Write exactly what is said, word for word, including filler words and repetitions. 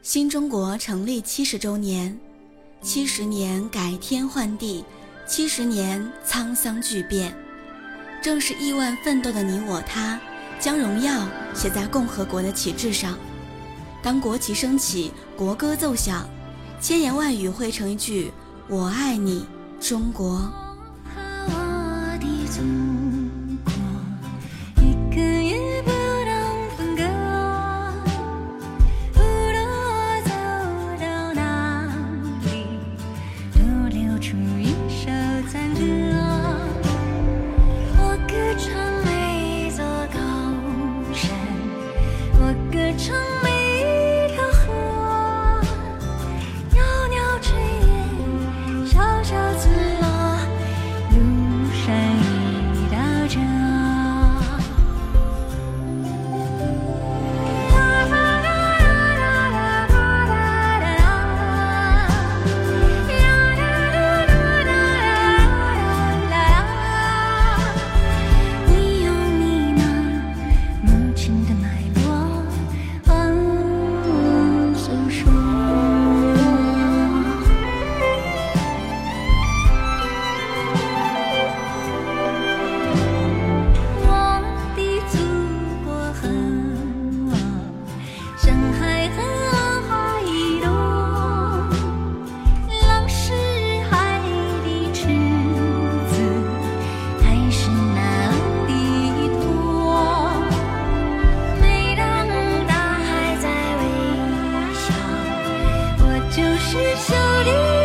新中国成立七十周年，七十年改天换地，七十年沧桑巨变。正是亿万奋斗的你我他，将荣耀写在共和国的旗帜上。当国旗升起，国歌奏响，千言万语汇成一句我爱你中国。 就是手里